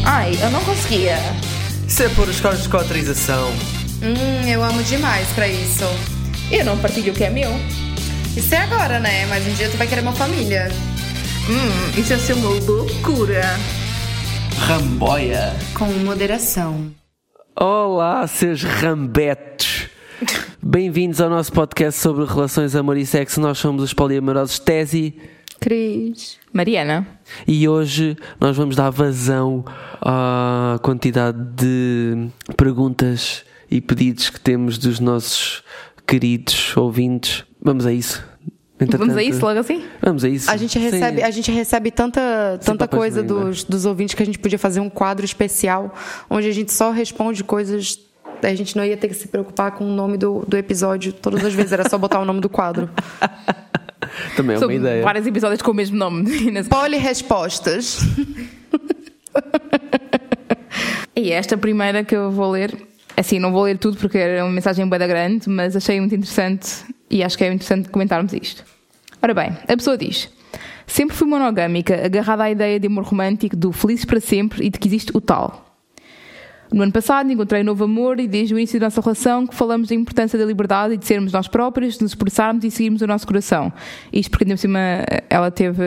Ai, eu não conseguia. Isso é por escolas de cotrização. Eu amo demais pra isso. Eu não partilho o que é meu. Isso é agora, né? Mas um dia tu vai querer uma família. Isso ia ser uma loucura. Ramboia. Com moderação. Olá, seus rambetes. Bem-vindos ao nosso podcast sobre relações, amor e sexo. Nós somos os poliamorosos Tesi, Cris, Mariana. e hoje nós vamos dar vazão à quantidade de perguntas e pedidos que temos dos nossos queridos ouvintes. Vamos a isso. Vamos a isso logo assim? Vamos a isso. A gente recebe tanta coisa dos ouvintes que a gente podia fazer um quadro especial onde a gente só responde coisas. A gente não ia ter que se preocupar com o nome do episódio todas as vezes, era só botar o nome do quadro. Também é uma ideia. Vários episódios com o mesmo nome. Polirespostas. E esta primeira que eu vou ler, assim, não vou ler tudo porque era uma mensagem bem grande, mas achei muito interessante e acho que é interessante comentarmos isto. Ora bem, a pessoa diz: sempre fui monogâmica, agarrada à ideia de amor romântico, do felizes para sempre e de que existe o tal. No ano passado encontrei um novo amor e desde o início da nossa relação que falamos da importância da liberdade e de sermos nós próprios, de nos expressarmos e seguirmos o nosso coração. Isto porque, ainda por cima, ela teve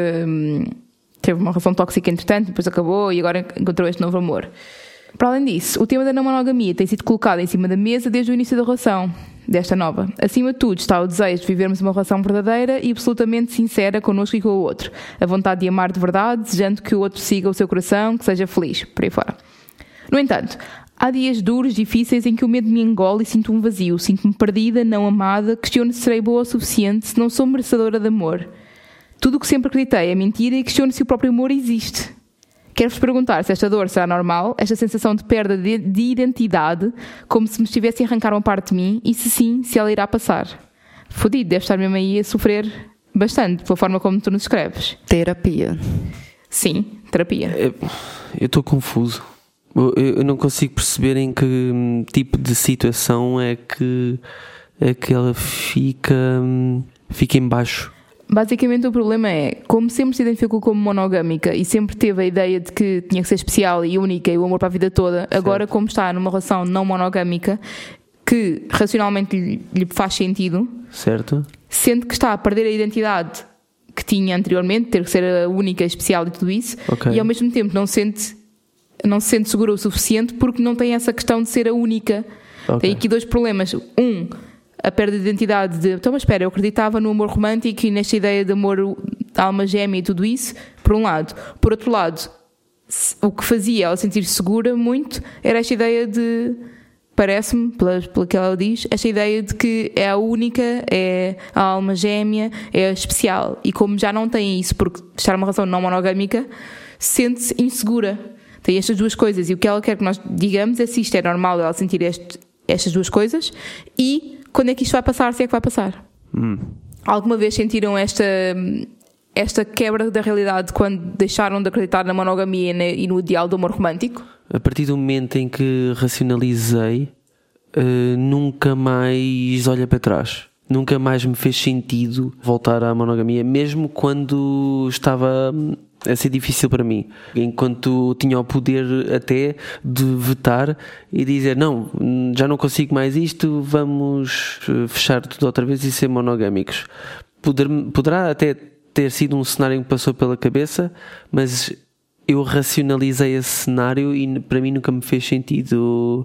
uma relação tóxica entretanto, depois acabou e agora encontrou este novo amor. Para além disso, o tema da não monogamia tem sido colocado em cima da mesa desde o início da relação, desta nova. Acima de tudo está o desejo de vivermos uma relação verdadeira e absolutamente sincera connosco e com o outro. A vontade de amar de verdade, desejando que o outro siga o seu coração, que seja feliz, por aí fora. No entanto, há dias duros, difíceis, em que o medo me engole e sinto um vazio. Sinto-me perdida, não amada, questiono se serei boa o suficiente, se não sou merecedora de amor. Tudo o que sempre acreditei é mentira e questiono se o próprio amor existe. Quero-vos perguntar se esta dor será normal, esta sensação de perda de identidade, como se me estivesse a arrancar uma parte de mim, e se sim, se ela irá passar. Fodido, deve estar mesmo aí a sofrer bastante, pela forma como tu nos escreves. Terapia. Sim, terapia. Eu estou confuso. Eu não consigo perceber em que tipo de situação é que ela fica em baixo. Basicamente o problema é, como sempre se identificou como monogâmica e sempre teve a ideia de que tinha que ser especial e única e o amor para a vida toda, certo. Agora como está numa relação não monogâmica que racionalmente lhe faz sentido, certo, sente que está a perder a identidade que tinha anteriormente, ter que ser a única, especial e tudo isso, okay. E ao mesmo tempo não se sente segura o suficiente porque não tem essa questão de ser a única. Okay. Tem aqui dois problemas. A perda de identidade de, então, mas espera, eu acreditava no amor romântico e nesta ideia de amor, alma gêmea e tudo isso, por um lado. Por outro lado, o que fazia ela sentir-se segura muito era esta ideia de, parece-me, pela que ela diz, esta ideia de que é a única, é a alma gêmea, é a especial. E como já não tem isso, porque estar numa relação não monogâmica, sente-se insegura. Tem estas duas coisas e o que ela quer que nós digamos é se isto é normal ela sentir estas duas coisas e quando é que isto vai passar, se é que vai passar. Alguma vez sentiram esta quebra da realidade quando deixaram de acreditar na monogamia e no ideal do amor romântico? A partir do momento em que racionalizei, nunca mais olha para trás. Nunca mais me fez sentido voltar à monogamia, mesmo quando estava a ser difícil para mim, enquanto tinha o poder até de vetar e dizer não, já não consigo mais isto, vamos fechar tudo outra vez e ser monogâmicos. Poderá até ter sido um cenário que passou pela cabeça, mas eu racionalizei esse cenário e para mim nunca me fez sentido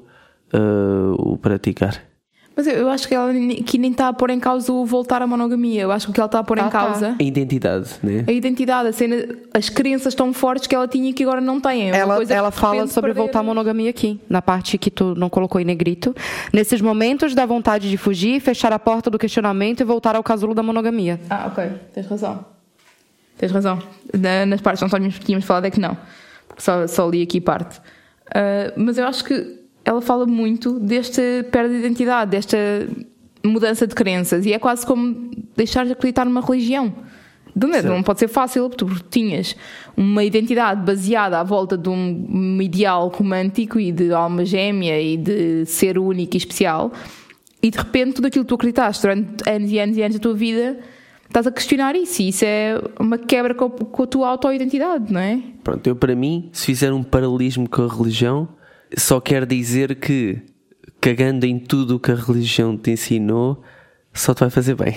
o praticar. Mas eu acho que ela aqui nem está a pôr em causa o voltar à monogamia. Eu acho que o que ela está a pôr em causa... A identidade, né? A identidade, as crenças tão fortes que ela tinha e que agora não tem. Ela fala sobre voltar à monogamia aqui, na parte que tu não colocou em negrito. Nesses momentos da vontade de fugir, fechar a porta do questionamento e voltar ao casulo da monogamia. Ah, ok. Tens razão. Nas partes que nós tínhamos falado é que não. Porque só li aqui parte. Mas eu acho que ela fala muito desta perda de identidade, desta mudança de crenças. E é quase como deixar de acreditar numa religião. Não pode ser fácil, porque tu tinhas uma identidade baseada à volta de um ideal romântico e de alma gêmea e de ser único e especial. E de repente tudo aquilo que tu acreditaste durante anos e anos e anos da tua vida estás a questionar isso, e isso é uma quebra com a tua auto-identidade, não é? Pronto, eu para mim, se fizer um paralelismo com a religião, só quer dizer que, cagando em tudo o que a religião te ensinou, só te vai fazer bem.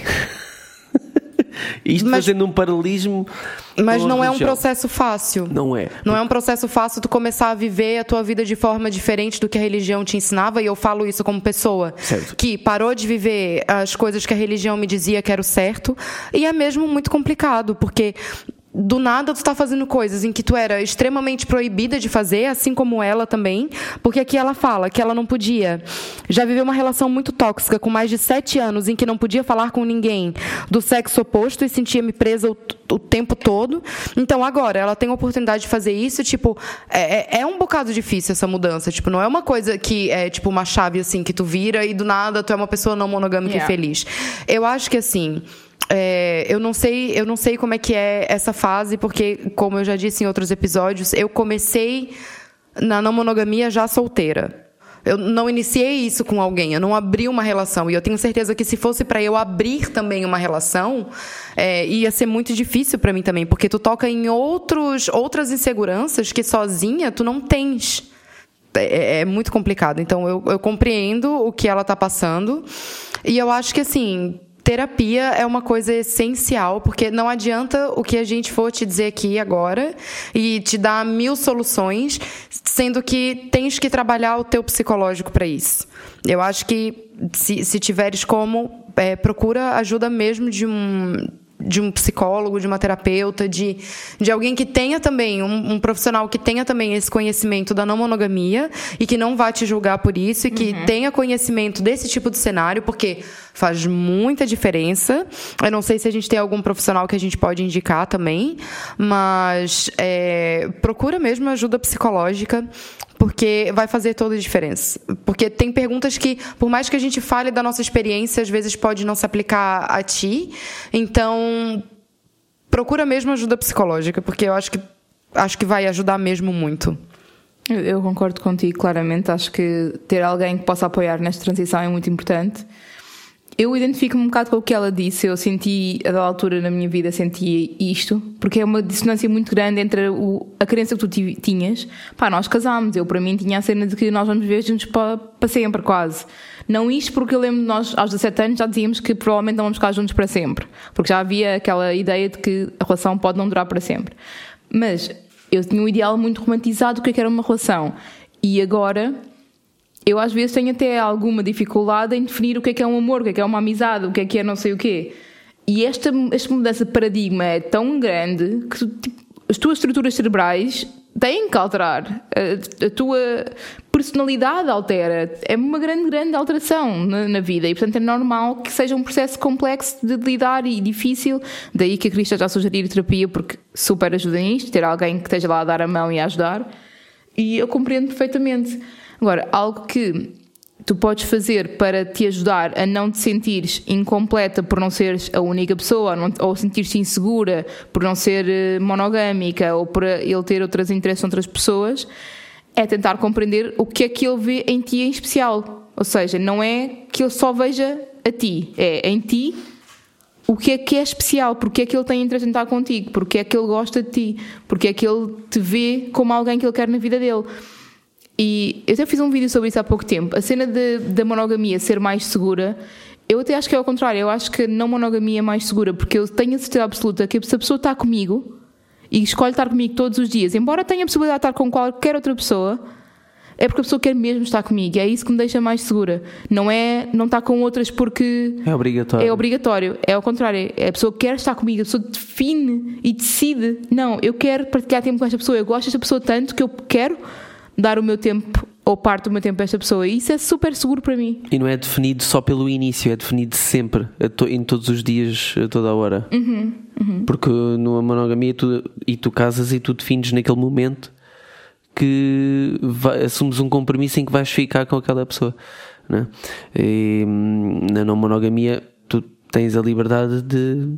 Isto fazendo um paralelismo. Mas não é um processo fácil. Não é. Não é um processo fácil tu começar a viver a tua vida de forma diferente do que a religião te ensinava, e eu falo isso como pessoa certo. Que parou de viver as coisas que a religião me dizia que era o certo, e é mesmo muito complicado, porque do nada tu tá fazendo coisas em que tu era extremamente proibida de fazer, assim como ela também, porque aqui ela fala que ela não podia. Já viveu uma relação muito tóxica com mais de 7 anos em que não podia falar com ninguém do sexo oposto e sentia-me presa o tempo todo. Então agora ela tem a oportunidade de fazer isso, tipo, é um bocado difícil essa mudança, tipo, não é uma coisa que é tipo uma chave assim que tu vira e do nada tu é uma pessoa não monogâmica e feliz. Eu acho que assim, eu não sei como é que é essa fase, porque, como eu já disse em outros episódios, eu comecei na não monogamia já solteira. Eu não iniciei isso com alguém, eu não abri uma relação. E eu tenho certeza que se fosse para eu abrir também uma relação, ia ser muito difícil para mim também, porque tu toca em outras inseguranças que sozinha tu não tens. É muito complicado. Então, eu compreendo o que ela está passando. E eu acho que, assim, terapia é uma coisa essencial, porque não adianta o que a gente for te dizer aqui agora e te dar 1000 soluções, sendo que tens que trabalhar o teu psicológico para isso. Eu acho que, se tiveres como, procura ajuda mesmo de um psicólogo, de uma terapeuta, de alguém que tenha também, um profissional que tenha também esse conhecimento da não monogamia e que não vá te julgar por isso e que tenha conhecimento desse tipo de cenário, porque faz muita diferença. Eu não sei se a gente tem algum profissional que a gente pode indicar também, mas procura mesmo ajuda psicológica, porque vai fazer toda a diferença. Porque tem perguntas que, por mais que a gente fale da nossa experiência, às vezes pode não se aplicar a ti. Então, procura mesmo ajuda psicológica, porque eu acho que vai ajudar mesmo muito. Eu concordo contigo, claramente. Acho que ter alguém que possa apoiar nesta transição é muito importante. Eu identifico-me um bocado com o que ela disse. Eu senti, a dada altura na minha vida, senti isto, porque é uma dissonância muito grande entre a crença que tu tinhas. Nós casámos. Eu, para mim, tinha a cena de que nós vamos viver juntos para sempre, quase. Não isto porque eu lembro de nós, aos 17 anos, já dizíamos que provavelmente não vamos ficar juntos para sempre. Porque já havia aquela ideia de que a relação pode não durar para sempre. Mas eu tinha um ideal muito romantizado do que era uma relação. E agora, eu às vezes tenho até alguma dificuldade em definir o que é um amor, o que é uma amizade, o que é não sei o quê. E esta mudança de paradigma é tão grande que as tuas estruturas cerebrais têm que alterar. A tua personalidade altera. É uma grande alteração na vida. E, portanto, é normal que seja um processo complexo de lidar e difícil. Daí que a Cris está a sugerir terapia, porque super ajuda nisto, ter alguém que esteja lá a dar a mão e a ajudar. E eu compreendo perfeitamente. Agora, algo que tu podes fazer para te ajudar a não te sentires incompleta por não seres a única pessoa, ou sentir-te insegura por não ser monogâmica, ou por ele ter outros interesses em outras pessoas, é tentar compreender o que é que ele vê em ti em especial. Ou seja, não é que ele só veja a ti, é em ti o que é especial, porque é que ele tem interesse em estar contigo, porque é que ele gosta de ti, porque é que ele te vê como alguém que ele quer na vida dele. E eu até fiz um vídeo sobre isso há pouco tempo. A cena da monogamia ser mais segura, eu até acho que é ao contrário. Eu acho que a não monogamia é mais segura, porque eu tenho a certeza absoluta que se a pessoa está comigo e escolhe estar comigo todos os dias, embora tenha a possibilidade de estar com qualquer outra pessoa, é porque a pessoa quer mesmo estar comigo. É isso que me deixa mais segura. Não estar com outras porque é obrigatório. É obrigatório. É ao contrário. A pessoa quer estar comigo, a pessoa define e decide: não, eu quero partilhar tempo com esta pessoa, eu gosto desta pessoa tanto que eu quero dar o meu tempo ou parte do meu tempo a esta pessoa. E isso é super seguro para mim. E não é definido só pelo início, é definido sempre, em todos os dias, a toda a hora. Porque numa monogamia tu casas e tu defines naquele momento que assumes um compromisso em que vais ficar com aquela pessoa, não é? E na não monogamia tu tens a liberdade de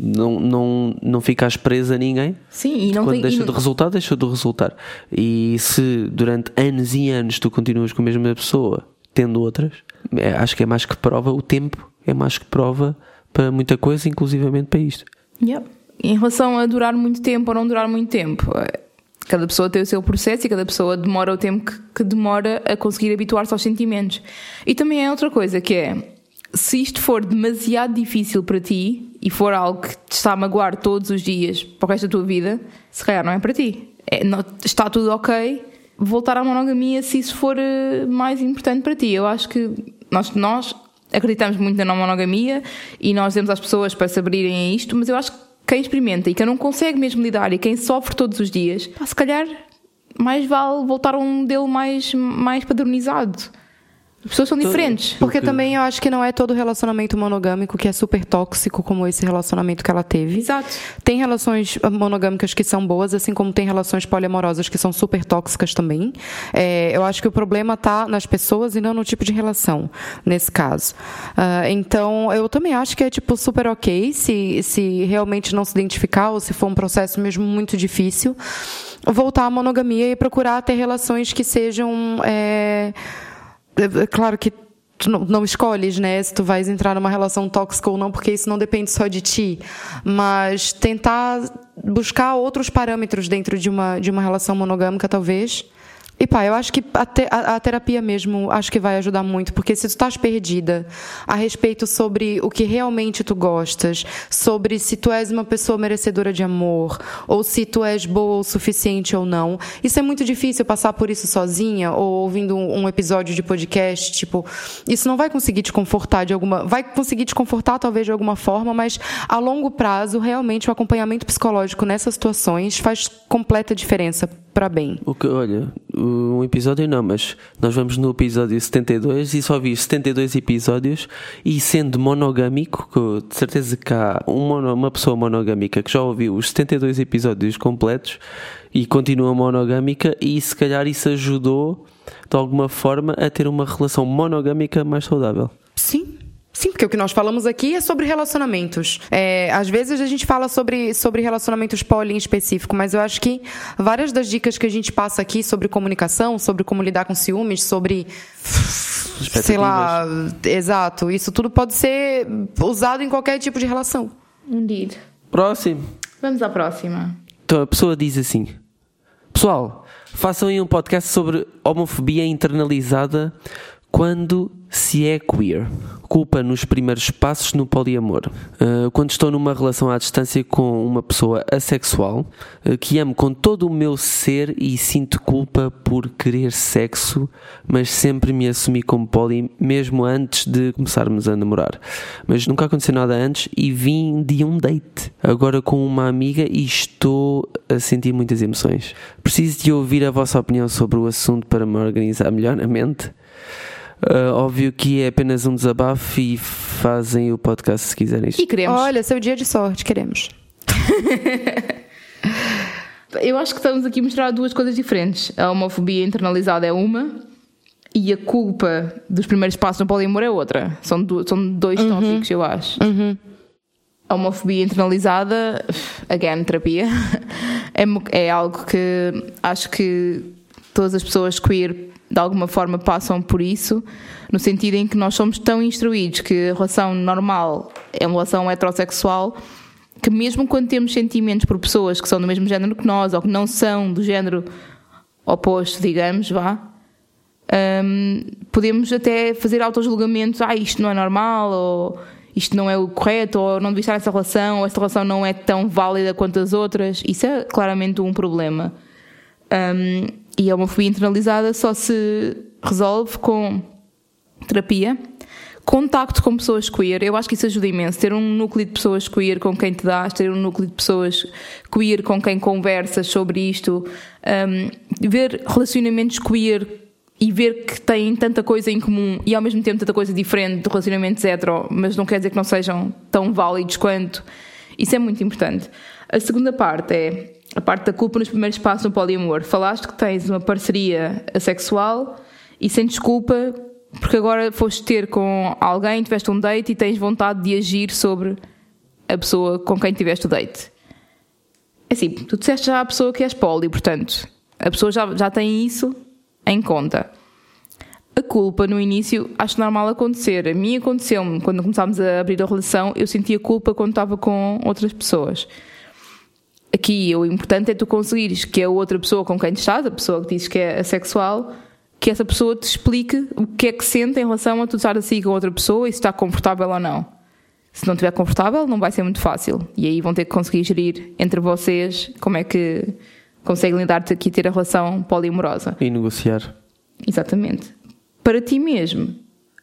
não ficares presa a ninguém. Sim, e não quando deixa de resultar. E se durante anos e anos tu continuas com a mesma pessoa, tendo outras, acho que é mais que prova, o tempo é mais que prova para muita coisa, inclusivamente para isto. Yep. Em relação a durar muito tempo ou não durar muito tempo, cada pessoa tem o seu processo e cada pessoa demora o tempo que demora a conseguir habituar-se aos sentimentos. E também é outra coisa, que é, se isto for demasiado difícil para ti e for algo que te está a magoar todos os dias para o resto da tua vida, se calhar não é para ti. Está tudo ok, voltar à monogamia se isso for mais importante para ti. Eu acho que nós acreditamos muito na não monogamia e nós dizemos às pessoas para se abrirem a isto, mas eu acho que quem experimenta e quem não consegue mesmo lidar e quem sofre todos os dias, se calhar mais vale voltar a um modelo mais padronizado. As pessoas são diferentes. Porque também eu acho que não é todo relacionamento monogâmico que é super tóxico como esse relacionamento que ela teve. Exato. Tem relações monogâmicas que são boas, assim como tem relações poliamorosas que são super tóxicas também. Eu acho que o problema está nas pessoas e não no tipo de relação, nesse caso. Então, eu também acho que é super ok se realmente não se identificar ou se for um processo mesmo muito difícil, voltar à monogamia e procurar ter relações que sejam... Claro que tu não escolhes, né, se tu vais entrar numa relação tóxica ou não, porque isso não depende só de ti, mas tentar buscar outros parâmetros dentro de uma relação monogâmica, talvez. E eu acho que a terapia mesmo, acho que vai ajudar muito, porque se tu estás perdida a respeito sobre o que realmente tu gostas, sobre se tu és uma pessoa merecedora de amor, ou se tu és boa o suficiente ou não, isso é muito difícil passar por isso sozinha, ou ouvindo um episódio de podcast, isso não vai conseguir te confortar vai conseguir te confortar talvez de alguma forma, mas a longo prazo, realmente o acompanhamento psicológico nessas situações faz completa diferença para bem. Olha, um episódio não, mas nós vamos no episódio 72 e só vi 72 episódios e sendo monogâmico, que de certeza que há uma pessoa monogâmica que já ouviu os 72 episódios completos e continua monogâmica, e se calhar isso ajudou de alguma forma a ter uma relação monogâmica mais saudável. Sim, porque o que nós falamos aqui é sobre relacionamentos. Às vezes a gente fala sobre relacionamentos poli em específico, mas eu acho que várias das dicas que a gente passa aqui sobre comunicação, sobre como lidar com ciúmes, sobre... sei lá, exato. Isso tudo pode ser usado em qualquer tipo de relação. Indeed. Próximo. Vamos à próxima. Então a pessoa diz assim: pessoal, façam aí um podcast sobre homofobia internalizada quando se é queer. Culpa nos primeiros passos no poliamor. Quando estou numa relação à distância com uma pessoa assexual, que amo com todo o meu ser e sinto culpa por querer sexo, mas sempre me assumi como poli, mesmo antes de começarmos a namorar. Mas nunca aconteceu nada antes e vim de um date, agora com uma amiga, e estou a sentir muitas emoções. Preciso de ouvir a vossa opinião sobre o assunto para me organizar melhor na mente. Óbvio que é apenas um desabafo e fazem o podcast se quiserem. E queremos. Olha, seu dia de sorte, queremos. Eu acho que estamos aqui a mostrar duas coisas diferentes. A homofobia internalizada é uma e a culpa dos primeiros passos no poliamor é outra. São dois tópicos, eu acho. A homofobia internalizada, again, terapia, é algo que acho que todas as pessoas queer de alguma forma passam por isso, no sentido em que nós somos tão instruídos que a relação normal é uma relação heterossexual, que mesmo quando temos sentimentos por pessoas que são do mesmo género que nós ou que não são do género oposto, digamos, podemos até fazer autojulgamentos: isto não é normal, ou isto não é o correto, ou não devia estar nessa relação, ou esta relação não é tão válida quanto as outras. Isso é claramente um problema. E a homofobia internalizada só se resolve com terapia, contacto com pessoas queer. Eu acho que isso ajuda imenso. Ter um núcleo de pessoas queer com quem te dás, ter um núcleo de pessoas queer com quem conversas sobre isto, ver relacionamentos queer e ver que têm tanta coisa em comum e ao mesmo tempo tanta coisa diferente de relacionamentos hetero, mas não quer dizer que não sejam tão válidos quanto. Isso é muito importante. A segunda parte é a parte da culpa nos primeiros passos no poliamor. Falaste que tens uma parceria assexual e sentes culpa porque agora foste ter com alguém, tiveste um date e tens vontade de agir sobre a pessoa com quem tiveste o date. É assim, tu disseste já à pessoa que és poli, portanto, a pessoa já tem isso em conta. A culpa, no início, acho normal acontecer. A mim aconteceu-me. Quando começámos a abrir a relação, eu sentia culpa quando estava com outras pessoas. Aqui, o importante é tu conseguires que a outra pessoa com quem estás, a pessoa que dizes que é assexual, que essa pessoa te explique o que é que sente em relação a tu estar assim com outra pessoa e se está confortável ou não. Se não estiver confortável, não vai ser muito fácil. E aí vão ter que conseguir gerir entre vocês como é que conseguem lidar aqui e ter a relação poliamorosa. E negociar. Exatamente. Para ti mesmo,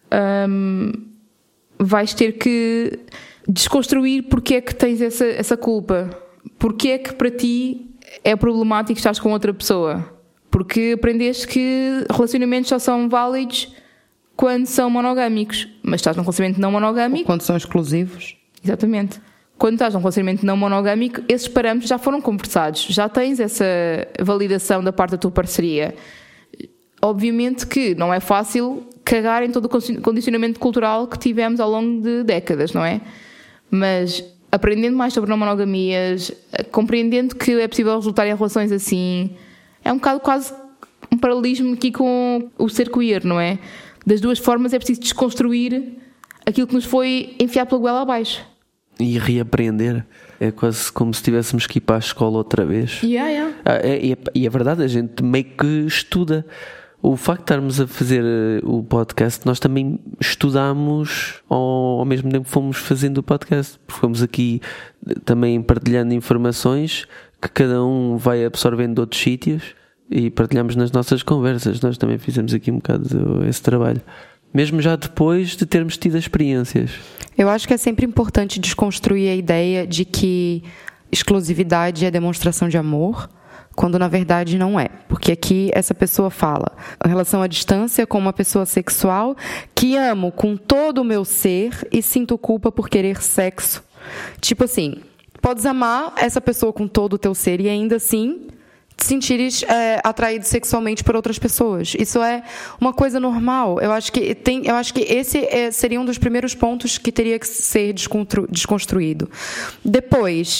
vais ter que desconstruir porque é que tens essa culpa. Porque é que para ti é problemático estar com outra pessoa. Porque aprendeste que relacionamentos só são válidos quando são monogâmicos. Mas estás num relacionamento não monogâmico. Ou quando são exclusivos. Exatamente. Quando estás num relacionamento não monogâmico, esses parâmetros já foram conversados. Já tens essa validação da parte da tua parceria. Obviamente que não é fácil cagar em todo o condicionamento cultural que tivemos ao longo de décadas, não é? Mas aprendendo mais sobre não monogamias, compreendendo que é possível resultar em relações assim, é um bocado quase um paralelismo aqui com o ser queer, não é? Das duas formas é preciso desconstruir aquilo que nos foi enfiado pela goela abaixo. E reaprender. É quase como se tivéssemos que ir para a escola outra vez. Yeah. E é verdade, a gente meio que estuda. O facto de estarmos a fazer o podcast, nós também estudámos ao mesmo tempo que fomos fazendo o podcast. Porque fomos aqui também partilhando informações que cada um vai absorvendo de outros sítios e partilhamos nas nossas conversas. Nós também fizemos aqui um bocado esse trabalho. Mesmo já depois de termos tido experiências. Eu acho que é sempre importante desconstruir a ideia de que exclusividade é demonstração de amor, quando na verdade não é. Porque aqui essa pessoa fala a relação à distância com uma pessoa sexual que amo com todo o meu ser e sinto culpa por querer sexo. Tipo assim, podes amar essa pessoa com todo o teu ser e ainda assim te sentires atraído sexualmente por outras pessoas. Isso é uma coisa normal. Eu acho que esse seria um dos primeiros pontos que teria que ser desconstruído. Depois,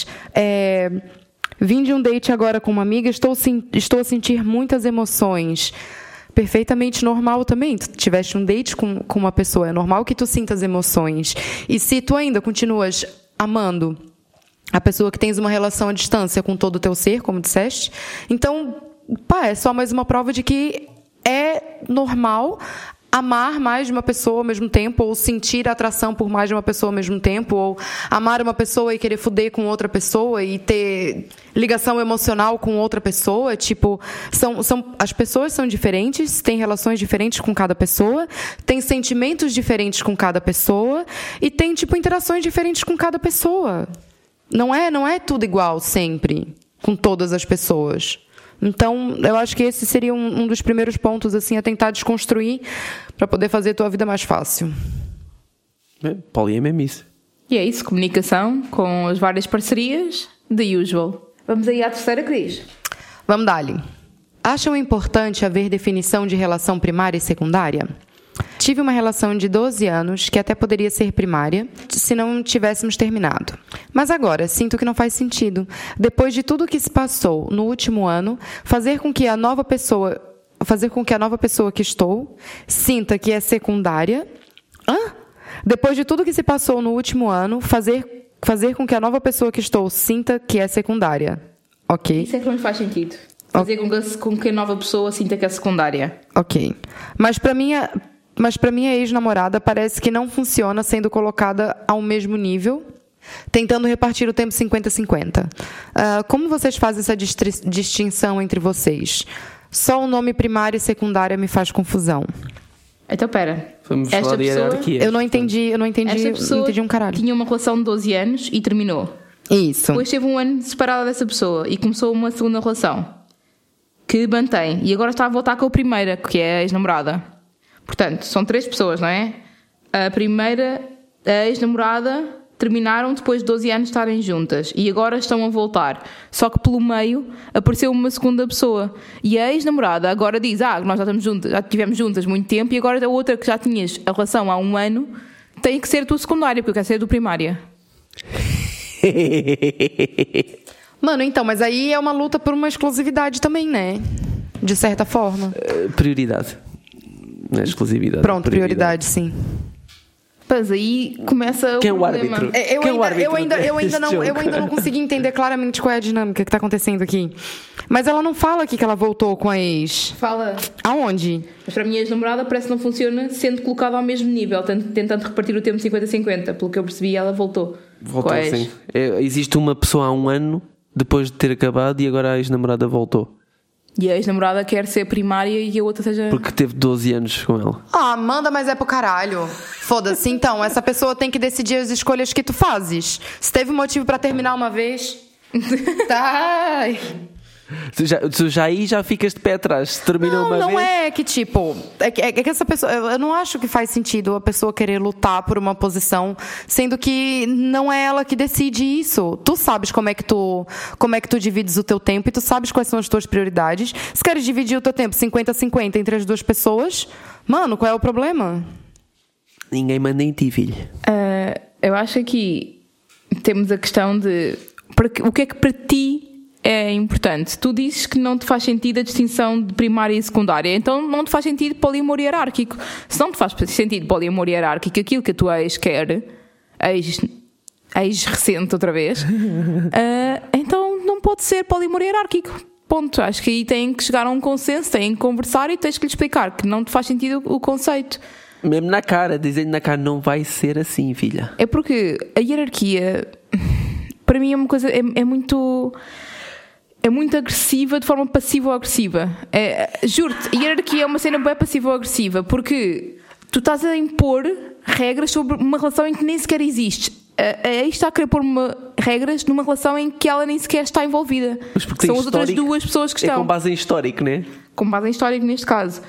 vim de um date agora com uma amiga, estou a sentir muitas emoções. Perfeitamente normal também. Tu tiveste um date com uma pessoa, é normal que tu sintas emoções. E se tu ainda continuas amando a pessoa que tens uma relação à distância com todo o teu ser, como disseste, então, é só mais uma prova de que é normal amar mais de uma pessoa ao mesmo tempo, ou sentir atração por mais de uma pessoa ao mesmo tempo, ou amar uma pessoa e querer foder com outra pessoa e ter ligação emocional com outra pessoa. Tipo, as pessoas são diferentes, têm relações diferentes com cada pessoa, têm sentimentos diferentes com cada pessoa e têm, interações diferentes com cada pessoa. Não é tudo igual sempre, com todas as pessoas. Então, eu acho que esse seria um dos primeiros pontos assim, a tentar desconstruir para poder fazer a tua vida mais fácil. Poliamor é isso. E é isso, comunicação com as várias parcerias, the usual. Vamos aí à terceira, Cris. Vamos dar-lhe. Acham importante haver definição de relação primária e secundária? Tive uma relação de 12 anos, que até poderia ser primária, se não tivéssemos terminado. Mas agora, sinto que não faz sentido. Depois de tudo que se passou no último ano, fazer com que a nova pessoa que estou sinta que é secundária. Depois de tudo que se passou no último ano, fazer com que a nova pessoa que estou sinta que é secundária. Ok? Isso é que não faz sentido. Fazer com que a nova pessoa sinta que é secundária. Ok. Mas para minha ex-namorada parece que não funciona sendo colocada ao mesmo nível, tentando repartir o tempo 50-50. Como vocês fazem essa distinção entre vocês? Só o nome primária e secundária me faz confusão. Então, pera. Vamos falar de hierarquia. Eu não entendi um caralho. Tinha uma relação de 12 anos e terminou. Isso. Depois teve um ano separada dessa pessoa e começou uma segunda relação que mantém. E agora está a voltar com a primeira, que é a ex-namorada. Portanto, são 3 pessoas, não é? A primeira, a ex-namorada, terminaram depois de 12 anos de estarem juntas e agora estão a voltar. Só que pelo meio apareceu uma segunda pessoa. E a ex-namorada agora diz, nós já estivemos juntas muito tempo e agora a outra que já tinhas a relação há um ano tem que ser a tua secundária, porque eu quero ser a tua primária. Mano, então, mas aí é uma luta por uma exclusividade também, né? De certa forma. Prioridade. na exclusividade. Pronto, prioridade, sim. Mas aí começa Quem é o o problema. árbitro? Eu ainda não consegui entender claramente qual é a dinâmica que tá acontecendo aqui. Mas ela não fala aqui que ela voltou com a ex. Fala. Aonde? Mas para mim a ex-namorada parece que não funciona sendo colocada ao mesmo nível, tentando repartir o tempo 50-50. Pelo que eu percebi, ela voltou. Voltou, sim. Existe uma pessoa há um ano, depois de ter acabado, e agora a ex-namorada voltou. E a ex-namorada quer ser primária e a outra seja... Porque teve 12 anos com ela. Manda, mas é pro caralho. Foda-se. Então, essa pessoa tem que decidir as escolhas que tu fazes. Se teve motivo pra terminar uma vez... Tá... Tu já aí já ficas de pé atrás. Se terminou uma vez... Não é que tipo... É que essa pessoa... Eu não acho que faz sentido a pessoa querer lutar por uma posição, sendo que não é ela que decide isso. Tu sabes como é que tu divides o teu tempo e tu sabes quais são as tuas prioridades. Se queres dividir o teu tempo 50-50 entre as duas pessoas, mano, qual é o problema? Ninguém manda em ti, filho. Eu acho que aqui temos a questão de... O que é que para ti é importante? Tu dizes que não te faz sentido a distinção de primária e secundária, então não te faz sentido poliamor hierárquico. Se não te faz sentido poliamor hierárquico, aquilo que a tua ex quer, ex recente outra vez, então não pode ser poliamor hierárquico. Ponto. Acho que aí têm que chegar a um consenso, têm que conversar e tens que lhe explicar que não te faz sentido o conceito. Mesmo na cara, dizendo na cara, não vai ser assim, filha. É porque a hierarquia, para mim, é uma coisa, é muito agressiva de forma passiva ou agressiva. Juro-te, a hierarquia é uma cena bem passiva ou agressiva, porque tu estás a impor regras sobre uma relação em que nem sequer existe. Aí está a querer pôr regras numa relação em que ela nem sequer está envolvida. São as outras duas pessoas que estão. É com base em histórico, não é? Com base em histórico neste caso.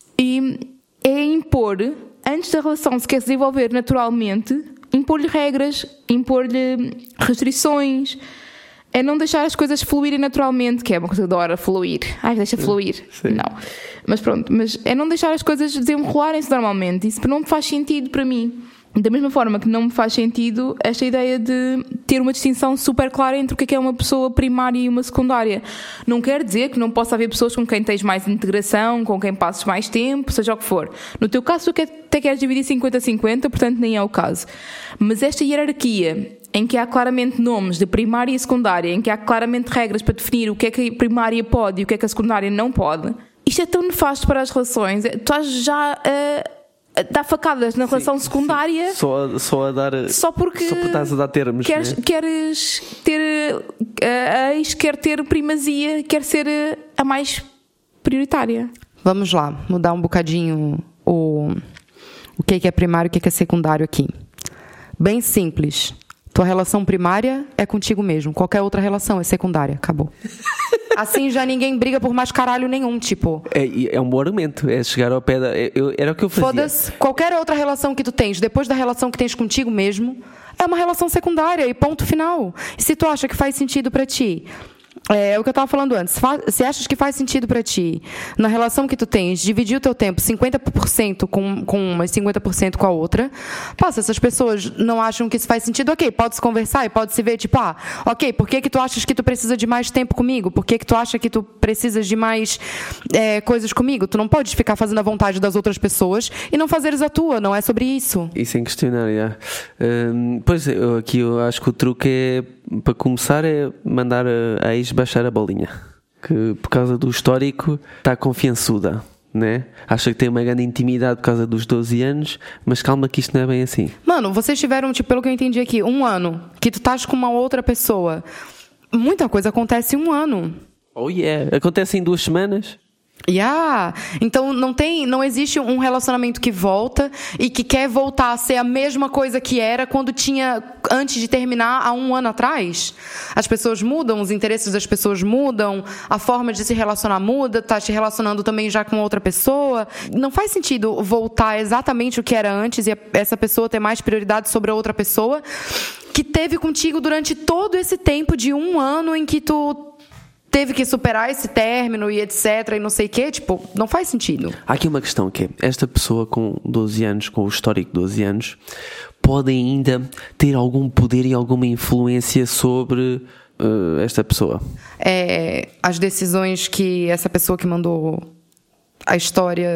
E é impor, antes da relação se quer se desenvolver naturalmente, impor-lhe regras, impor-lhe restrições. É não deixar as coisas fluírem naturalmente, que é uma coisa que adora fluir. Deixa fluir. Sim. Não. Mas pronto, é não deixar as coisas desenrolarem-se normalmente. Isso não me faz sentido para mim. Da mesma forma que não me faz sentido esta ideia de ter uma distinção super clara entre o que é uma pessoa primária e uma secundária. Não quer dizer que não possa haver pessoas com quem tens mais integração, com quem passes mais tempo, seja o que for. No teu caso, tu até queres dividir 50-50, portanto nem é o caso. Mas esta hierarquia, em que há claramente nomes de primária e secundária, em que há claramente regras para definir o que é que a primária pode e o que é que a secundária não pode, isto é tão nefasto para as relações. Tu estás já a dar facadas na relação secundária. Só a dar... Só porque estás a dar termos. Queres ter... A ex quer ter primazia, quer ser a mais prioritária. Vamos lá, mudar um bocadinho o que é primário e o que é secundário aqui. Bem simples. Tua relação primária é contigo mesmo. Qualquer outra relação é secundária. Acabou. Assim já ninguém briga por mais caralho nenhum, tipo... É um bom argumento. É chegar ao pé da... Era o que eu fazia. Foda-se. Qualquer outra relação que tu tens, depois da relação que tens contigo mesmo, é uma relação secundária e ponto final. E se tu acha que faz sentido pra ti... É o que eu estava falando antes. Se achas que faz sentido para ti, na relação que tu tens, dividir o teu tempo 50% com uma e 50% com a outra, se essas pessoas não acham que isso faz sentido, ok, pode-se conversar e pode-se ver, tipo, ok, por que tu achas que tu precisa de mais tempo comigo? Por que tu acha que tu precisas de mais coisas comigo? Tu não podes ficar fazendo a vontade das outras pessoas e não fazeres a tua, não é sobre isso. E sem questionar, já. Pois, aqui eu acho que o truque é, para começar, é mandar a ex baixar a bolinha, que por causa do histórico está confiançuda, né? Acha que tem uma grande intimidade por causa dos 12 anos, mas calma que isto não é bem assim. Mano, vocês tiveram, pelo que eu entendi aqui, 1 ano que tu estás com uma outra pessoa. Muita coisa acontece em 1 ano. Oh yeah, acontece em 2 semanas. Então não existe um relacionamento que volta e que quer voltar a ser a mesma coisa que era quando tinha antes de terminar há 1 ano atrás. As pessoas mudam, os interesses das pessoas mudam, a forma de se relacionar muda, tá te relacionando também já com outra pessoa. Não faz sentido voltar exatamente o que era antes e essa pessoa ter mais prioridade sobre a outra pessoa que teve contigo durante todo esse tempo de 1 ano em que tu teve que superar esse término e etc, e não sei o quê, não faz sentido. Há aqui uma questão que é, esta pessoa com 12 anos, com o histórico de 12 anos, pode ainda ter algum poder e alguma influência sobre esta pessoa? As decisões que essa pessoa que mandou a história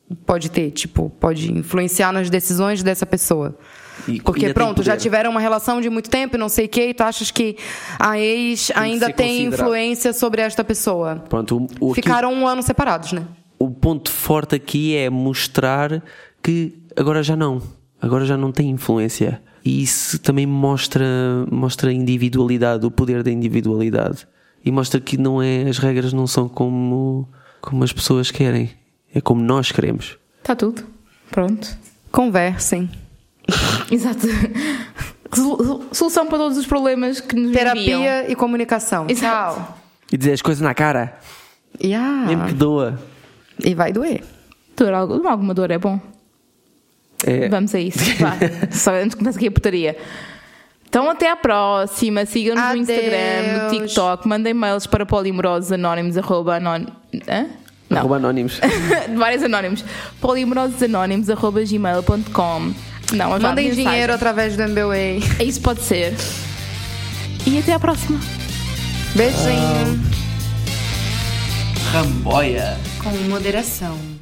pode ter? Tipo, pode influenciar nas decisões dessa pessoa? Porque, pronto, já tiveram uma relação de muito tempo e não sei o que, e tu achas que a ex ainda tem influência sobre esta pessoa? Pronto, ficaram um ano separados, né? O ponto forte aqui é mostrar que agora já não tem influência. E isso também mostra a individualidade, o poder da individualidade. E mostra que as regras não são como as pessoas querem. É como nós queremos. Está tudo. Pronto. Conversem. Exato. Solução para todos os problemas que nos Terapia enviam. E comunicação. Exato. Tchau. E dizer as coisas na cara. Mesmo que doa. E vai doer. Alguma dor é bom. Vamos a isso. Vá. Só antes de começar aqui a putaria. Então até à próxima. Sigam-nos no Instagram, no TikTok. Mandem mails para polimorososanónimos @anónimos. Vários anónimos. polimorososanónimos@gmail.com. Mandem dinheiro através do MBWay. Isso pode ser. E até à próxima. Beijinho. Ramboia. Com moderação.